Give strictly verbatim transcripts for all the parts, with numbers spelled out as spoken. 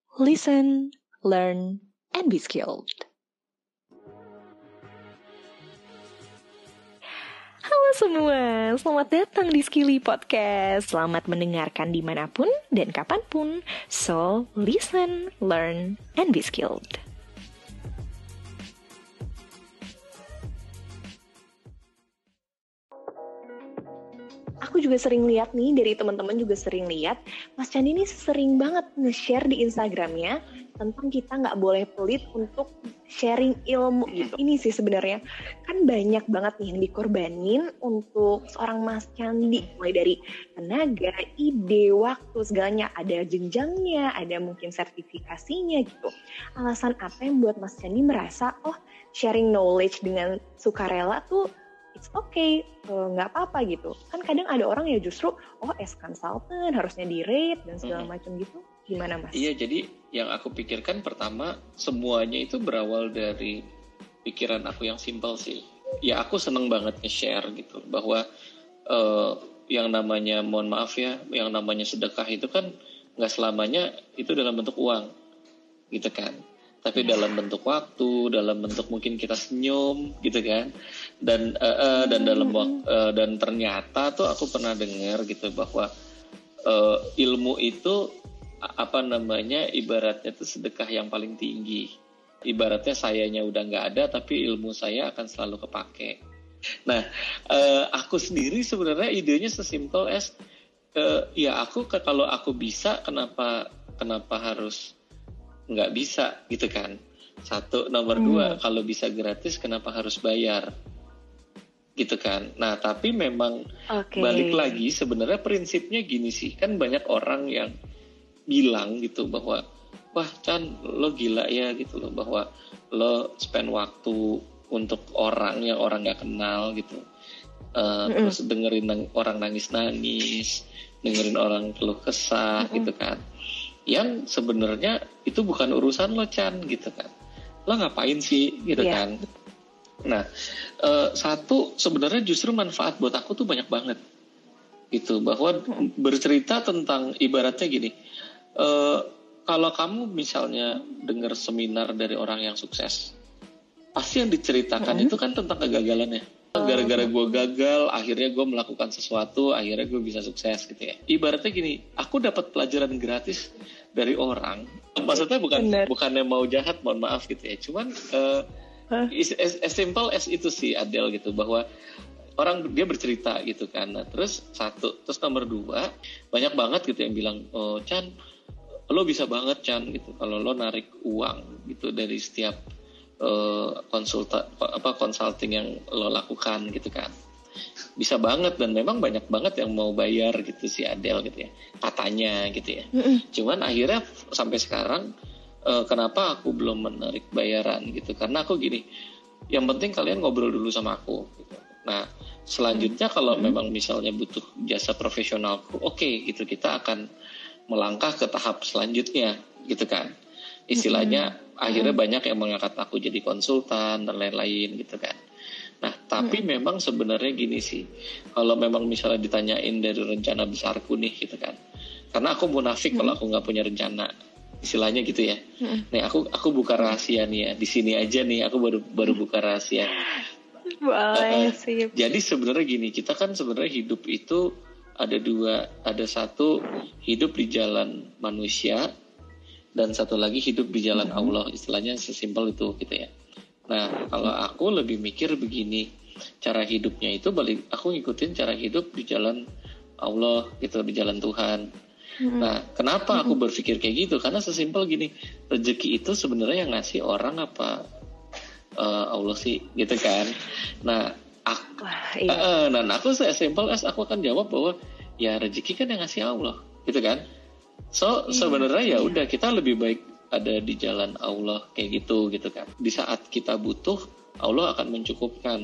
listen, learn, and be skilled. Halo semua, selamat datang di Skilly Podcast. Selamat mendengarkan dimanapun dan kapanpun. So, listen, learn, and be skilled. Aku juga sering lihat nih, dari teman-teman juga sering lihat, Mas Candi ini sering banget nge-share di Instagramnya tentang kita nggak boleh pelit untuk sharing ilmu gitu. Ini sih sebenarnya, kan banyak banget nih yang dikorbanin untuk seorang Mas Candi. Mulai dari tenaga, ide, waktu, segalanya. Ada jenjangnya, ada mungkin sertifikasinya gitu. Alasan apa yang buat Mas Candi merasa, oh sharing knowledge dengan sukarela tuh it's okay, nggak uh, apa-apa gitu. Kan kadang ada orang ya justru, oh as consultant harusnya di-rate dan segala mm-hmm. macam gitu. Gimana Mas? Iya, jadi yang aku pikirkan pertama, semuanya itu berawal dari pikiran aku yang simpel sih. Ya aku seneng banget nge-share gitu, bahwa uh, yang namanya, mohon maaf ya, yang namanya sedekah itu kan nggak selamanya itu dalam bentuk uang, gitu kan. Tapi ya, dalam bentuk waktu, dalam bentuk mungkin kita senyum gitu kan, dan uh, uh, dan dalam uh, dan ternyata tuh aku pernah dengar gitu bahwa uh, ilmu itu apa namanya, ibaratnya tuh sedekah yang paling tinggi. Ibaratnya sayanya udah nggak ada, tapi ilmu saya akan selalu kepake. Nah, uh, aku sendiri sebenarnya idenya sesimpel as uh, ya aku kalau aku bisa, kenapa kenapa harus nggak bisa gitu kan. Satu, nomor hmm. dua, kalau bisa gratis kenapa harus bayar gitu kan. Nah tapi memang okay. balik lagi sebenarnya prinsipnya gini sih, kan banyak orang yang bilang gitu bahwa wah Chan lo gila ya gitu loh, bahwa lo spend waktu untuk orang yang orang nggak kenal gitu, uh, mm-hmm. terus dengerin nang- orang nangis-nangis, dengerin orang keluh kesah mm-hmm. gitu kan, yang sebenarnya itu bukan urusan lo Chan gitu kan, lo ngapain sih gitu yeah. kan. Nah uh, satu, sebenarnya justru manfaat buat aku tuh banyak banget gitu, bahwa bercerita tentang, ibaratnya gini, uh, kalau kamu misalnya dengar seminar dari orang yang sukses, pasti yang diceritakan mm-hmm. itu kan tentang kegagalannya. Gara-gara gue gagal, akhirnya gue melakukan sesuatu, akhirnya gue bisa sukses gitu ya. Ibaratnya gini, aku dapat pelajaran gratis dari orang. Maksudnya bukan Bener. bukannya mau jahat, mohon maaf gitu ya. Cuman uh, huh? as, as simple as itu sih Adel gitu, bahwa orang dia bercerita gitu kan. Nah, terus satu, terus nomor dua, banyak banget gitu yang bilang, oh Chan, lo bisa banget Chan gitu kalau lo narik uang gitu dari setiap Uh, konsulta apa consulting yang lo lakukan gitu kan, bisa banget, dan memang banyak banget yang mau bayar gitu si Adel gitu ya, katanya gitu ya. Mm-mm. Cuman akhirnya sampai sekarang uh, kenapa aku belum menarik bayaran gitu, karena aku gini, yang penting kalian ngobrol dulu sama aku gitu. Nah selanjutnya kalau mm-hmm. memang misalnya butuh jasa profesionalku, oke okay, gitu, kita akan melangkah ke tahap selanjutnya gitu kan, istilahnya mm-hmm. akhirnya hmm. banyak yang mengangkat aku jadi konsultan dan lain-lain gitu kan. Nah tapi hmm. memang sebenarnya gini sih, kalau memang misalnya ditanyain dari rencana besarku nih gitu kan, karena aku munafik hmm. kalau aku nggak punya rencana, istilahnya gitu ya. Hmm. Nih aku aku buka rahasia nih ya, di sini aja nih aku baru baru buka rahasia. Boleh uh, sih. Jadi sebenarnya gini, kita kan sebenarnya hidup itu ada dua, ada satu hidup di jalan manusia, dan satu lagi hidup di jalan mm-hmm. Allah, istilahnya sesimpel itu gitu ya. Nah kalau aku lebih mikir begini, cara hidupnya itu balik, aku ngikutin cara hidup di jalan Allah gitu, di jalan Tuhan. Mm-hmm. Nah kenapa mm-hmm. aku berpikir kayak gitu, karena sesimpel gini, rezeki itu sebenarnya yang ngasih orang apa uh, Allah sih gitu kan. Nah aku, Wah, iya. uh, nah aku sesimpel as aku akan jawab bahwa ya rezeki kan yang ngasih Allah gitu kan. So sebenarnya ya udah, kita lebih baik ada di jalan Allah kayak gitu gitu kan. Di saat kita butuh, Allah akan mencukupkan.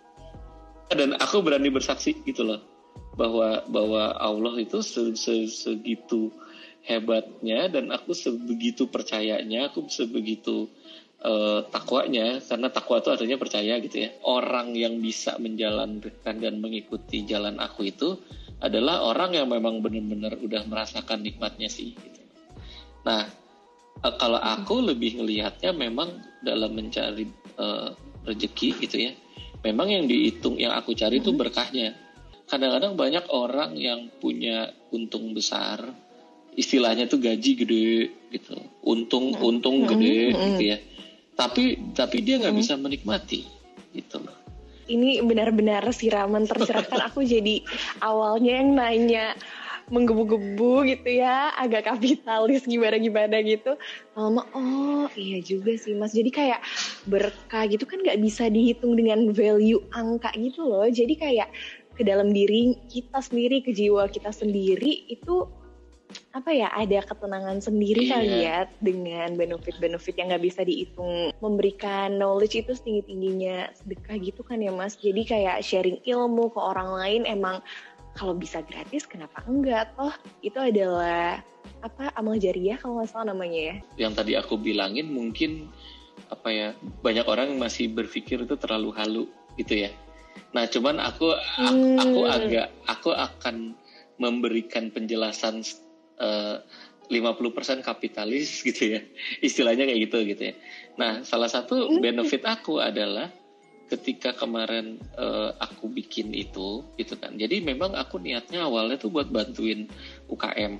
Dan aku berani bersaksi gitu loh, bahwa bahwa Allah itu segitu hebatnya, dan aku sebegitu percayanya, aku sebegitu uh, takwanya, karena takwa itu artinya percaya gitu ya. Orang yang bisa menjalankan dan mengikuti jalan aku itu adalah orang yang memang benar-benar udah merasakan nikmatnya sih gitu. Nah Uh, kalau aku lebih ngelihatnya memang dalam mencari uh, rezeki gitu ya. Memang yang dihitung, yang aku cari itu Mm-hmm. berkahnya. Kadang-kadang banyak orang yang punya untung besar, istilahnya tuh gaji gede gitu, untung Mm-hmm. untung gede Mm-hmm. gitu ya. Tapi tapi dia nggak Mm-hmm. bisa menikmati gitu loh. Ini benar-benar siraman tercerahkan. Aku jadi awalnya yang nanya menggebu-gebu gitu ya, agak kapitalis gimana-gimana gitu. Lama, oh iya juga sih Mas. Jadi kayak berkah gitu kan nggak bisa dihitung dengan value angka gitu loh. Jadi kayak ke dalam diri kita sendiri, ke jiwa kita sendiri itu apa ya, ada ketenangan sendiri Iya. kali ya dengan benefit-benefit yang nggak bisa dihitung. Memberikan knowledge itu setinggi-tingginya sedekah gitu kan ya Mas. Jadi kayak sharing ilmu ke orang lain emang kalau bisa gratis kenapa enggak, toh itu adalah apa, amal jariah kalau nggak salah namanya ya. Yang tadi aku bilangin mungkin apa ya, banyak orang masih berpikir itu terlalu halu gitu ya. Nah cuman aku hmm. aku agak aku akan memberikan penjelasan uh, lima puluh persen kapitalis gitu ya, istilahnya kayak gitu gitu ya. Nah salah satu benefit aku adalah ketika kemarin uh, aku bikin itu gitu kan. Jadi memang aku niatnya awalnya tuh buat bantuin U K M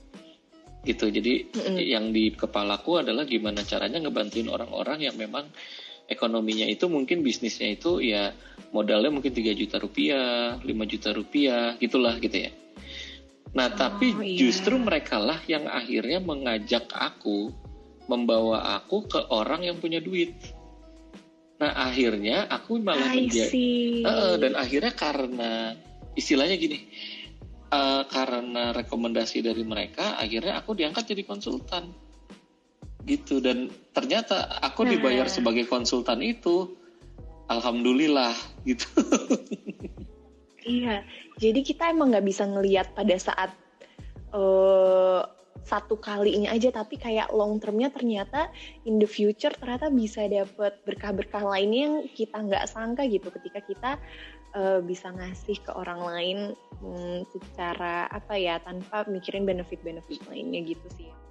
gitu. Jadi mm-hmm. yang di kepalaku adalah gimana caranya ngebantuin orang-orang yang memang ekonominya itu mungkin bisnisnya itu ya modalnya mungkin tiga juta rupiah, lima juta rupiah gitulah gitu ya. Nah, oh, tapi iya. justru mereka lah yang akhirnya mengajak aku, membawa aku ke orang yang punya duit. Nah akhirnya aku malah menjadi uh, dan akhirnya karena istilahnya gini uh, karena rekomendasi dari mereka akhirnya aku diangkat jadi konsultan gitu, dan ternyata aku nah. dibayar sebagai konsultan itu alhamdulillah gitu. Iya, jadi kita emang nggak bisa ngelihat pada saat uh, satu kalinya aja, tapi kayak long termnya ternyata in the future ternyata bisa dapet berkah-berkah lainnya yang kita nggak sangka gitu ketika kita uh, bisa ngasih ke orang lain hmm, secara apa ya, tanpa mikirin benefit-benefit lainnya gitu sih.